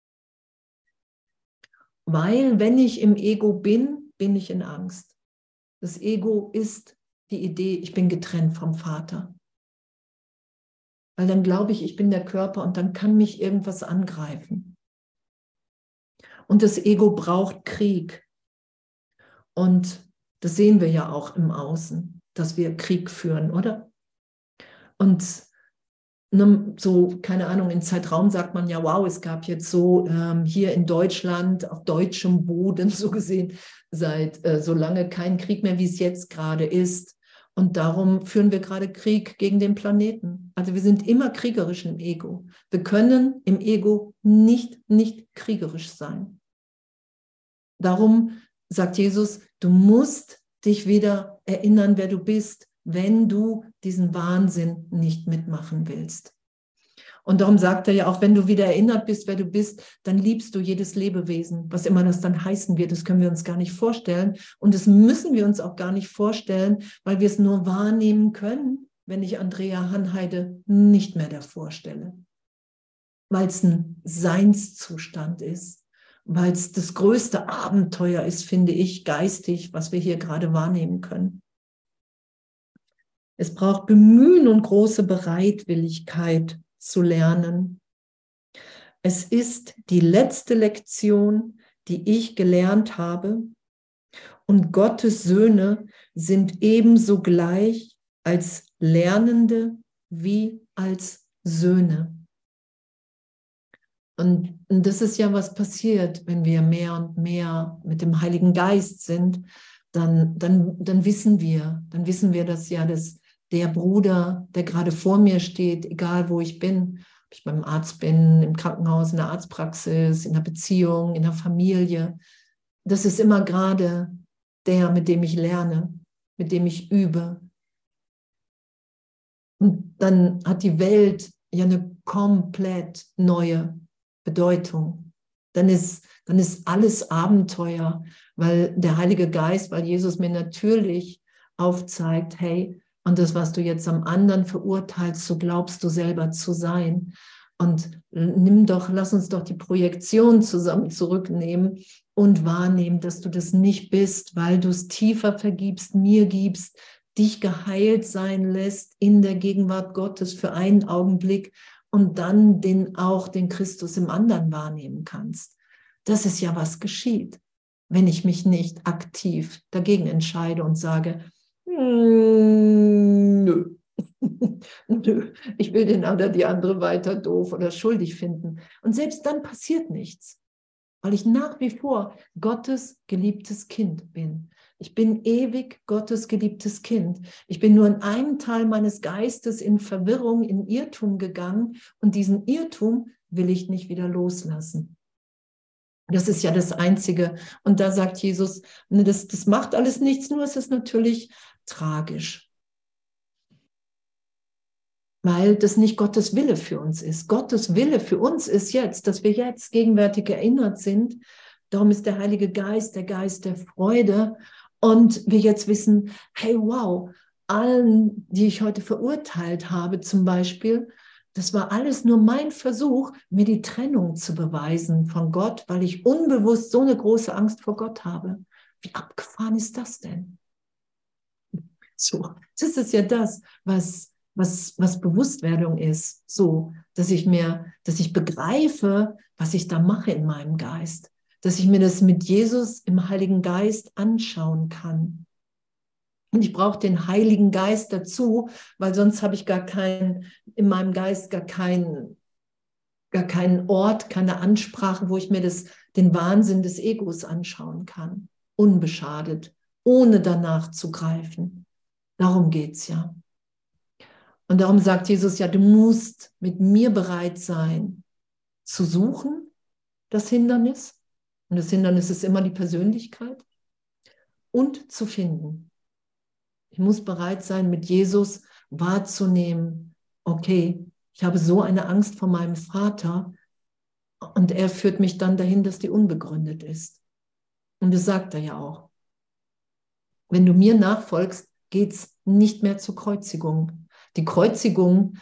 Weil wenn ich im Ego bin, bin ich in Angst. Das Ego ist die Idee, ich bin getrennt vom Vater. Weil dann glaube ich, ich bin der Körper und dann kann mich irgendwas angreifen. Und das Ego braucht Krieg. Und das sehen wir ja auch im Außen, dass wir Krieg führen, oder? Und so, keine Ahnung, in Zeitraum sagt man ja, wow, es gab jetzt so ähm, hier in Deutschland, auf deutschem Boden so gesehen, seit äh, so lange kein Krieg mehr, wie es jetzt gerade ist. Und darum führen wir gerade Krieg gegen den Planeten. Also wir sind immer kriegerisch im Ego. Wir können im Ego nicht, nicht kriegerisch sein. Darum sagt Jesus, du musst dich wieder erinnern, wer du bist, wenn du diesen Wahnsinn nicht mitmachen willst. Und darum sagt er ja auch, wenn du wieder erinnert bist, wer du bist, dann liebst du jedes Lebewesen, was immer das dann heißen wird. Das können wir uns gar nicht vorstellen. Und das müssen wir uns auch gar nicht vorstellen, weil wir es nur wahrnehmen können, wenn ich Andrea Hanheide nicht mehr davor stelle. Weil es ein Seinszustand ist, weil es das größte Abenteuer ist, finde ich, geistig, was wir hier gerade wahrnehmen können. Es braucht Bemühen und große Bereitwilligkeit zu lernen. Es ist die letzte Lektion, die ich gelernt habe. Und Gottes Söhne sind ebenso gleich als Lernende wie als Söhne. Und, und das ist ja, was passiert, wenn wir mehr und mehr mit dem Heiligen Geist sind, dann, dann, dann wissen wir, dann wissen wir, dass ja das, der Bruder, der gerade vor mir steht, egal wo ich bin, ob ich beim Arzt bin, im Krankenhaus, in der Arztpraxis, in der Beziehung, in der Familie, das ist immer gerade der, mit dem ich lerne, mit dem ich übe. Und dann hat die Welt ja eine komplett neue Bedeutung. Dann ist, dann ist alles Abenteuer, weil der Heilige Geist, weil Jesus mir natürlich aufzeigt, hey, und das, was du jetzt am anderen verurteilst, so glaubst du selber zu sein. Und nimm doch, lass uns doch die Projektion zusammen zurücknehmen und wahrnehmen, dass du das nicht bist, weil du es tiefer vergibst, mir gibst, dich geheilt sein lässt in der Gegenwart Gottes für einen Augenblick und dann den, auch den Christus im anderen wahrnehmen kannst. Das ist ja, was geschieht, wenn ich mich nicht aktiv dagegen entscheide und sage, nö, nö, ich will den oder die andere weiter doof oder schuldig finden. Und selbst dann passiert nichts, weil ich nach wie vor Gottes geliebtes Kind bin. Ich bin ewig Gottes geliebtes Kind. Ich bin nur in einem Teil meines Geistes in Verwirrung, in Irrtum gegangen und diesen Irrtum will ich nicht wieder loslassen. Das ist ja das Einzige. Und da sagt Jesus, das, das macht alles nichts, nur es ist natürlich tragisch. Weil das nicht Gottes Wille für uns ist. Gottes Wille für uns ist jetzt, dass wir jetzt gegenwärtig erinnert sind. Darum ist der Heilige Geist der Geist der Freude. Und wir jetzt wissen, hey, wow, allen, die ich heute verurteilt habe zum Beispiel, das war alles nur mein Versuch, mir die Trennung zu beweisen von Gott, weil ich unbewusst so eine große Angst vor Gott habe. Wie abgefahren ist das denn? So, das ist ja das, was, was, was Bewusstwerdung ist. So, dass ich mir, dass ich begreife, was ich da mache in meinem Geist. Dass ich mir das mit Jesus im Heiligen Geist anschauen kann. Und ich brauche den Heiligen Geist dazu, weil sonst habe ich gar keinen, in meinem Geist gar keinen, gar keinen Ort, keine Ansprache, wo ich mir das, den Wahnsinn des Egos anschauen kann. Unbeschadet, ohne danach zu greifen. Darum geht es ja. Und darum sagt Jesus ja, du musst mit mir bereit sein, zu suchen, das Hindernis. Und das Hindernis ist immer die Persönlichkeit. Und zu finden. Ich muss bereit sein, mit Jesus wahrzunehmen, okay, ich habe so eine Angst vor meinem Vater und er führt mich dann dahin, dass die unbegründet ist. Und das sagt er ja auch. Wenn du mir nachfolgst, geht es nicht mehr zur Kreuzigung. Die Kreuzigung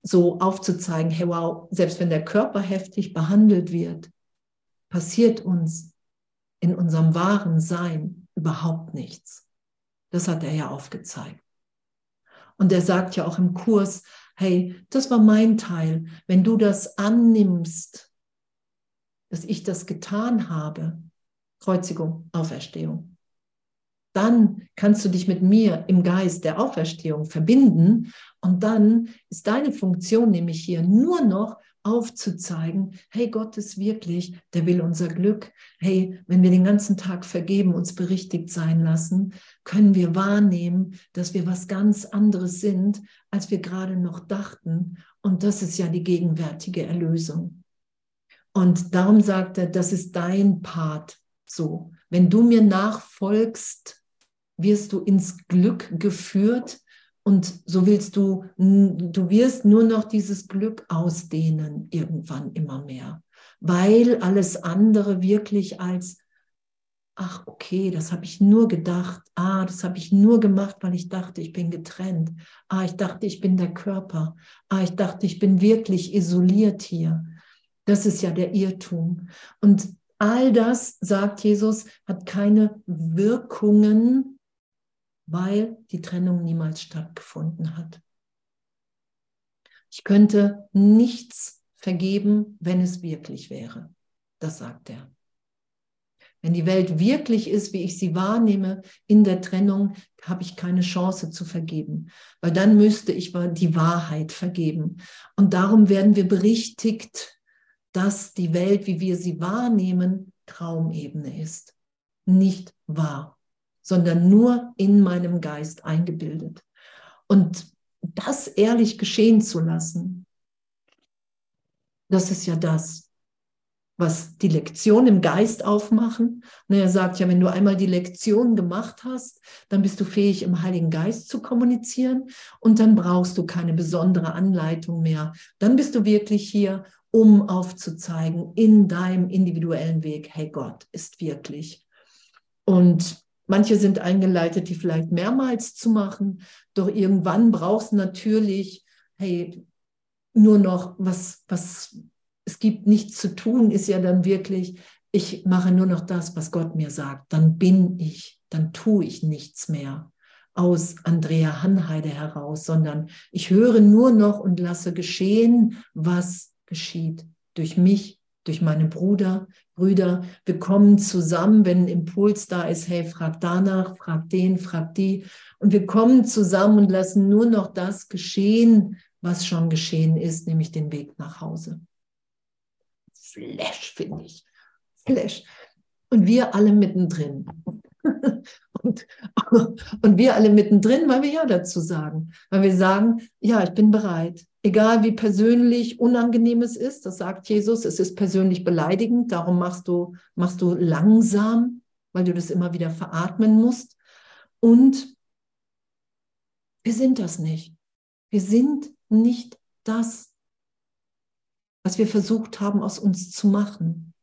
so aufzuzeigen, hey wow, selbst wenn der Körper heftig behandelt wird, passiert uns in unserem wahren Sein überhaupt nichts. Das hat er ja aufgezeigt. Und er sagt ja auch im Kurs, hey, das war mein Teil. Wenn du das annimmst, dass ich das getan habe, Kreuzigung, Auferstehung, dann kannst du dich mit mir im Geist der Auferstehung verbinden und dann ist deine Funktion nämlich hier nur noch aufzuzeigen, hey, Gott ist wirklich, der will unser Glück. Hey, wenn wir den ganzen Tag vergeben, uns berichtigt sein lassen, können wir wahrnehmen, dass wir was ganz anderes sind, als wir gerade noch dachten. Und das ist ja die gegenwärtige Erlösung. Und darum sagt er, das ist dein Part so. Wenn du mir nachfolgst, wirst du ins Glück geführt und so willst du, du wirst nur noch dieses Glück ausdehnen, irgendwann immer mehr, weil alles andere wirklich als, ach okay, das habe ich nur gedacht, ah, das habe ich nur gemacht, weil ich dachte, ich bin getrennt, ah, ich dachte, ich bin der Körper, ah, ich dachte, ich bin wirklich isoliert hier. Das ist ja der Irrtum. Und all das, sagt Jesus, hat keine Wirkungen, weil die Trennung niemals stattgefunden hat. Ich könnte nichts vergeben, wenn es wirklich wäre. Das sagt er. Wenn die Welt wirklich ist, wie ich sie wahrnehme, in der Trennung, habe ich keine Chance zu vergeben. Weil dann müsste ich die Wahrheit vergeben. Und darum werden wir berichtigt, dass die Welt, wie wir sie wahrnehmen, Traumebene ist. Nicht wahr, sondern nur in meinem Geist eingebildet. Und das ehrlich geschehen zu lassen, das ist ja das, was die Lektion im Geist aufmachen. Und er sagt ja, wenn du einmal die Lektion gemacht hast, dann bist du fähig, im Heiligen Geist zu kommunizieren und dann brauchst du keine besondere Anleitung mehr. Dann bist du wirklich hier, um aufzuzeigen in deinem individuellen Weg, hey, Gott ist wirklich. Und manche sind eingeleitet, die vielleicht mehrmals zu machen, doch irgendwann brauchst du natürlich, hey, nur noch was, was es gibt nichts zu tun, ist ja dann wirklich, ich mache nur noch das, was Gott mir sagt. Dann bin ich, dann tue ich nichts mehr aus Andrea Hanheide heraus, sondern ich höre nur noch und lasse geschehen, was geschieht durch mich, durch meine Bruder, Brüder. Wir kommen zusammen, wenn ein Impuls da ist, hey, frag danach, frag den, frag die. Und wir kommen zusammen und lassen nur noch das geschehen, was schon geschehen ist, nämlich den Weg nach Hause. Flash, finde ich. Flash. Und wir alle mittendrin. und, und wir alle mittendrin, weil wir ja dazu sagen. Weil wir sagen, ja, ich bin bereit. Egal wie persönlich unangenehm es ist, das sagt Jesus, es ist persönlich beleidigend, darum machst du, machst du langsam, weil du das immer wieder veratmen musst. Und wir sind das nicht. Wir sind nicht das, was wir versucht haben, aus uns zu machen.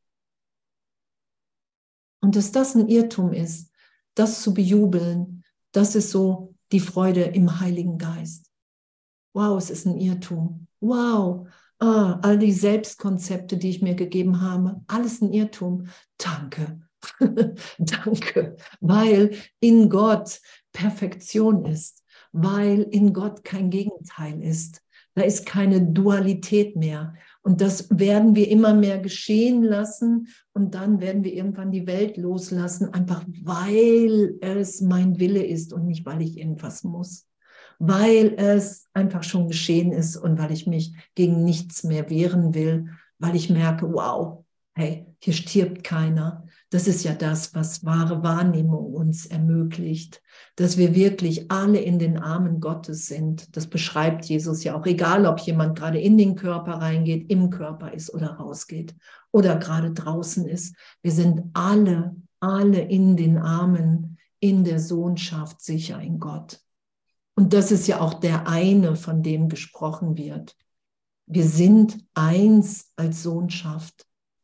Und dass das ein Irrtum ist, das zu bejubeln, das ist so die Freude im Heiligen Geist. Wow, es ist ein Irrtum. Wow, ah, all die Selbstkonzepte, die ich mir gegeben habe, alles ein Irrtum. Danke, danke, weil in Gott Perfektion ist, weil in Gott kein Gegenteil ist. Da ist keine Dualität mehr. Und das werden wir immer mehr geschehen lassen und dann werden wir irgendwann die Welt loslassen, einfach weil es mein Wille ist und nicht, weil ich irgendwas muss. Weil es einfach schon geschehen ist und weil ich mich gegen nichts mehr wehren will, weil ich merke, wow, hey, hier stirbt keiner. Das ist ja das, was wahre Wahrnehmung uns ermöglicht, dass wir wirklich alle in den Armen Gottes sind. Das beschreibt Jesus ja auch, egal ob jemand gerade in den Körper reingeht, im Körper ist oder rausgeht oder gerade draußen ist. Wir sind alle, alle in den Armen, in der Sohnschaft sicher in Gott. Und das ist ja auch der eine, von dem gesprochen wird. Wir sind eins als Sohnschaft.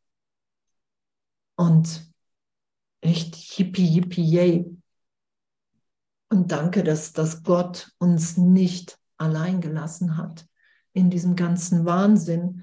Und echt yippie, yippie, yay. Und danke, dass, dass Gott uns nicht allein gelassen hat. in diesem ganzen Wahnsinn.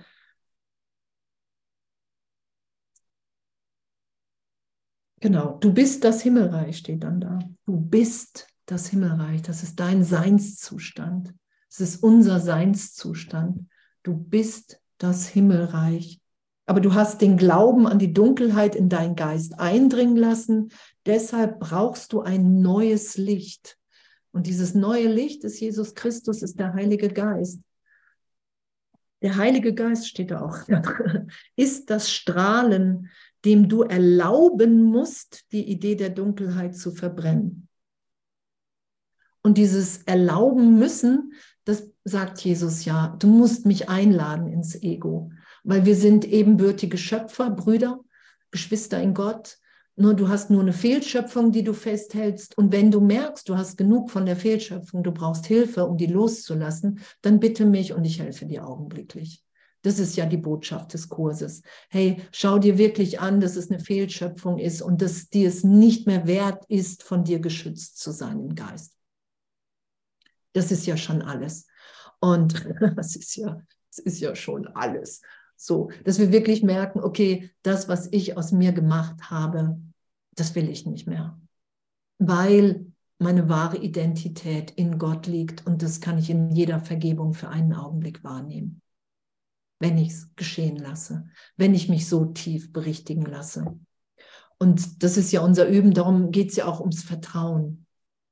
Genau, du bist das Himmelreich, steht dann da. Du bist das Himmelreich, das ist dein Seinszustand. Es ist unser Seinszustand. Du bist das Himmelreich. Aber du hast den Glauben an die Dunkelheit in deinen Geist eindringen lassen. Deshalb brauchst du ein neues Licht. Und dieses neue Licht ist Jesus Christus, ist der Heilige Geist. Der Heilige Geist, steht da auch, ist das Strahlen, dem du erlauben musst, die Idee der Dunkelheit zu verbrennen. Und dieses Erlauben müssen, das sagt Jesus ja, du musst mich einladen ins Ego, weil wir sind ebenbürtige Schöpfer, Brüder, Geschwister in Gott. Nur du hast nur eine Fehlschöpfung, die du festhältst. Und wenn du merkst, du hast genug von der Fehlschöpfung, du brauchst Hilfe, um die loszulassen, dann bitte mich und ich helfe dir augenblicklich. Das ist ja die Botschaft des Kurses. Hey, schau dir wirklich an, dass es eine Fehlschöpfung ist und dass dir es nicht mehr wert ist, von dir geschützt zu sein im Geist. Das ist ja schon alles. Und das ist ja, das ist ja schon alles. So, dass wir wirklich merken, okay, das, was ich aus mir gemacht habe, das will ich nicht mehr. Weil meine wahre Identität in Gott liegt und das kann ich in jeder Vergebung für einen Augenblick wahrnehmen. Wenn ich es geschehen lasse, wenn ich mich so tief berichtigen lasse. Und das ist ja unser Üben, darum geht es ja auch ums Vertrauen.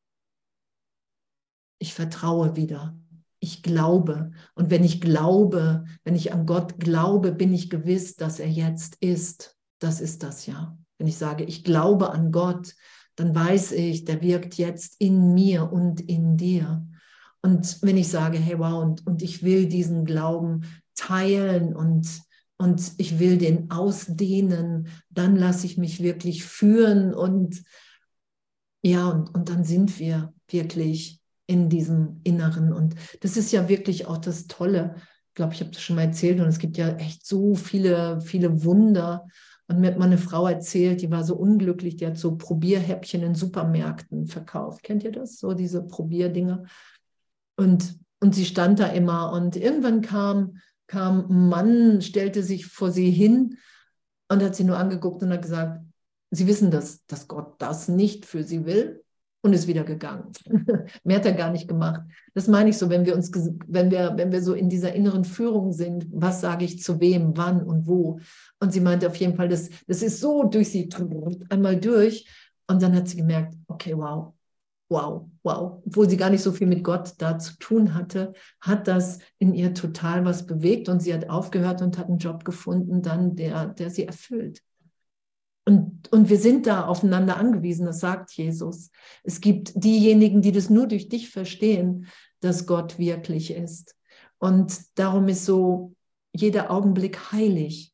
Ich vertraue wieder. Ich glaube. Und wenn ich glaube, wenn ich an Gott glaube, bin ich gewiss, dass er jetzt ist. Das ist das ja. Wenn ich sage, ich glaube an Gott, dann weiß ich, der wirkt jetzt in mir und in dir. Und wenn ich sage, hey, wow, und, und ich will diesen Glauben teilen und, und ich will den ausdehnen, dann lasse ich mich wirklich führen und ja, und, und dann sind wir wirklich in diesem Inneren. Und das ist ja wirklich auch das Tolle. Ich glaube, ich habe das schon mal erzählt und es gibt ja echt so viele, viele Wunder. Und mir hat meine Frau erzählt, die war so unglücklich, die hat so Probierhäppchen in Supermärkten verkauft. Kennt ihr das? So diese Probierdinger. Und, und sie stand da immer und irgendwann kam, kam ein Mann, stellte sich vor sie hin und hat sie nur angeguckt und hat gesagt, Sie wissen, dass, dass Gott das nicht für sie will und ist wieder gegangen. Mehr hat er gar nicht gemacht. Das meine ich so, wenn wir uns, wenn wir, wenn wir so in dieser inneren Führung sind, was sage ich zu wem, wann und wo. Und sie meinte auf jeden Fall, das, das ist so durch sie einmal durch. Und dann hat sie gemerkt, okay, wow, wow, wow. Obwohl sie gar nicht so viel mit Gott da zu tun hatte, hat das in ihr total was bewegt und sie hat aufgehört und hat einen Job gefunden, dann der, der sie erfüllt. Und, und wir sind da aufeinander angewiesen, das sagt Jesus. Es gibt diejenigen, die das nur durch dich verstehen, dass Gott wirklich ist. Und darum ist so jeder Augenblick heilig.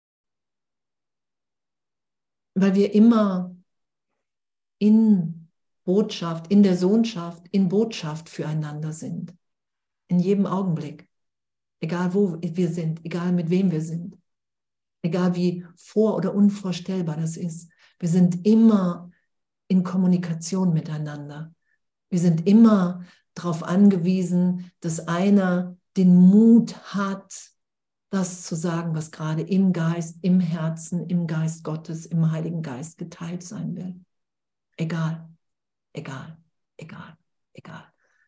Weil wir immer in Botschaft, in der Sohnschaft, in Botschaft füreinander sind. In jedem Augenblick. Egal wo wir sind, egal mit wem wir sind. Egal wie vor- oder unvorstellbar das ist. Wir sind immer in Kommunikation miteinander. Wir sind immer darauf angewiesen, dass einer den Mut hat, das zu sagen, was gerade im Geist, im Herzen, im Geist Gottes, im Heiligen Geist geteilt sein will. Egal, egal, egal, egal.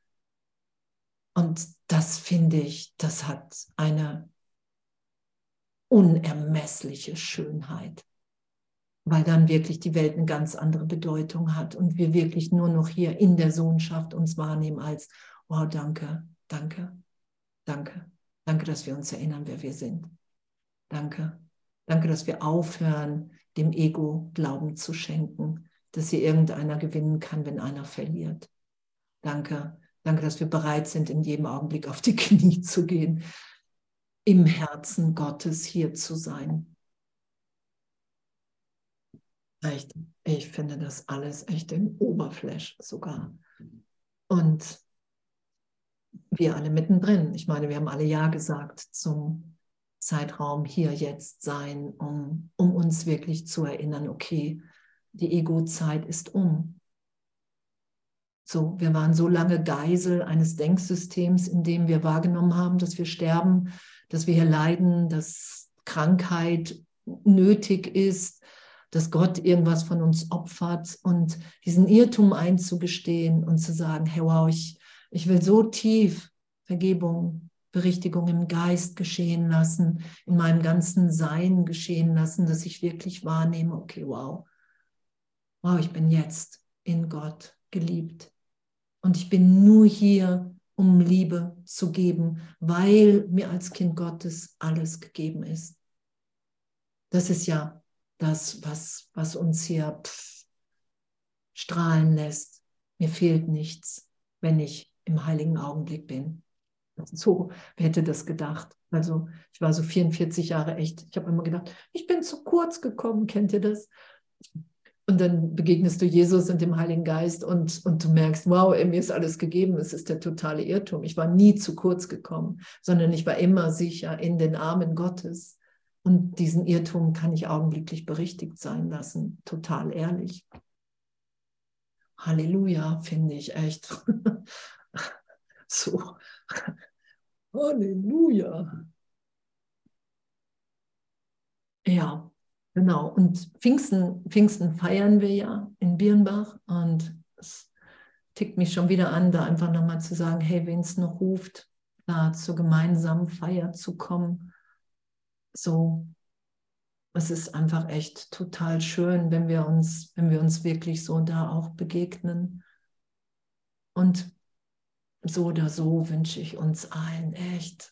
Und das finde ich, das hat eine unermessliche Schönheit, weil dann wirklich die Welt eine ganz andere Bedeutung hat und wir wirklich nur noch hier in der Sohnschaft uns wahrnehmen als, wow, danke, danke, danke, danke, dass wir uns erinnern, wer wir sind. Danke, danke, dass wir aufhören, dem Ego Glauben zu schenken, dass hier irgendeiner gewinnen kann, wenn einer verliert. Danke, danke, dass wir bereit sind, in jedem Augenblick auf die Knie zu gehen, im Herzen Gottes hier zu sein. Echt, ich finde das alles echt im Oberfläch sogar. Und wir alle mittendrin. Ich meine, wir haben alle Ja gesagt zum Zeitraum hier jetzt sein, um, um uns wirklich zu erinnern, okay, die Ego-Zeit ist um. So, wir waren so lange Geisel eines Denksystems, in dem wir wahrgenommen haben, dass wir sterben, dass wir hier leiden, dass Krankheit nötig ist, dass Gott irgendwas von uns opfert und diesen Irrtum einzugestehen und zu sagen, hey wow, ich, ich will so tief Vergebung, Berichtigung im Geist geschehen lassen, in meinem ganzen Sein geschehen lassen, dass ich wirklich wahrnehme, okay, wow, wow, ich bin jetzt in Gott geliebt. Und ich bin nur hier, um Liebe zu geben, weil mir als Kind Gottes alles gegeben ist. Das ist ja das, was, was uns hier pff, strahlen lässt. Mir fehlt nichts, wenn ich im heiligen Augenblick bin. So, wer hätte das gedacht? Also ich war so vierundvierzig Jahre echt. Ich habe immer gedacht, ich bin zu kurz gekommen. Kennt ihr das? Und dann begegnest du Jesus und dem Heiligen Geist und, und du merkst, wow, mir ist alles gegeben, es ist der totale Irrtum. Ich war nie zu kurz gekommen, sondern ich war immer sicher in den Armen Gottes. Und diesen Irrtum kann ich augenblicklich berichtigt sein lassen, total ehrlich. Halleluja, finde ich echt. So, Halleluja. Ja. Genau, und Pfingsten, Pfingsten feiern wir ja in Birnbach und es tickt mich schon wieder an, da einfach nochmal zu sagen, hey, wen es noch ruft, da zur gemeinsamen Feier zu kommen. So, es ist einfach echt total schön, wenn wir uns, wenn wir uns wirklich so da auch begegnen. Und so oder so wünsche ich uns allen echt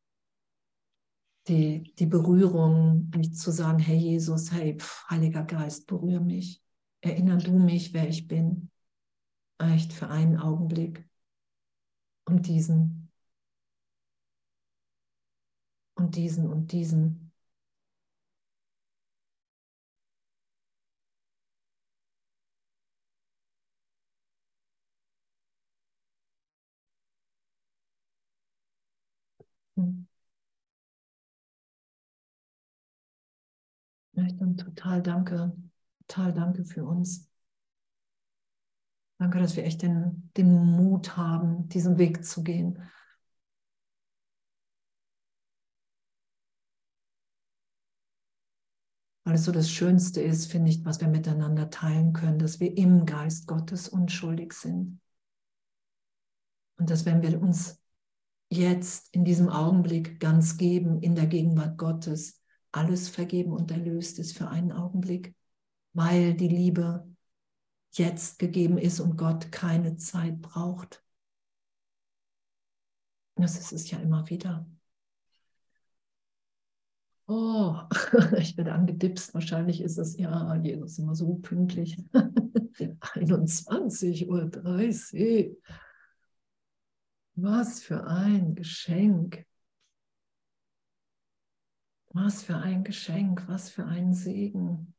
die, die Berührung, nicht zu sagen, hey Jesus, hey, pf, Heiliger Geist, berühre mich. Erinner du mich, wer ich bin. Echt für einen Augenblick. Und diesen und diesen und diesen. Hm. Echt und total danke, total danke für uns. Danke, dass wir echt den, den Mut haben, diesen Weg zu gehen. Weil es so das Schönste ist, finde ich, was wir miteinander teilen können, dass wir im Geist Gottes unschuldig sind. Und dass wenn wir uns jetzt in diesem Augenblick ganz geben, in der Gegenwart Gottes, alles vergeben und erlöst ist für einen Augenblick, weil die Liebe jetzt gegeben ist und Gott keine Zeit braucht. Das ist es ja immer wieder. Oh, ich werde angedipst. Wahrscheinlich ist es, ja, Jesus immer so pünktlich. einundzwanzig Uhr dreißig. Was für ein Geschenk. Was für ein Geschenk, was für ein Segen.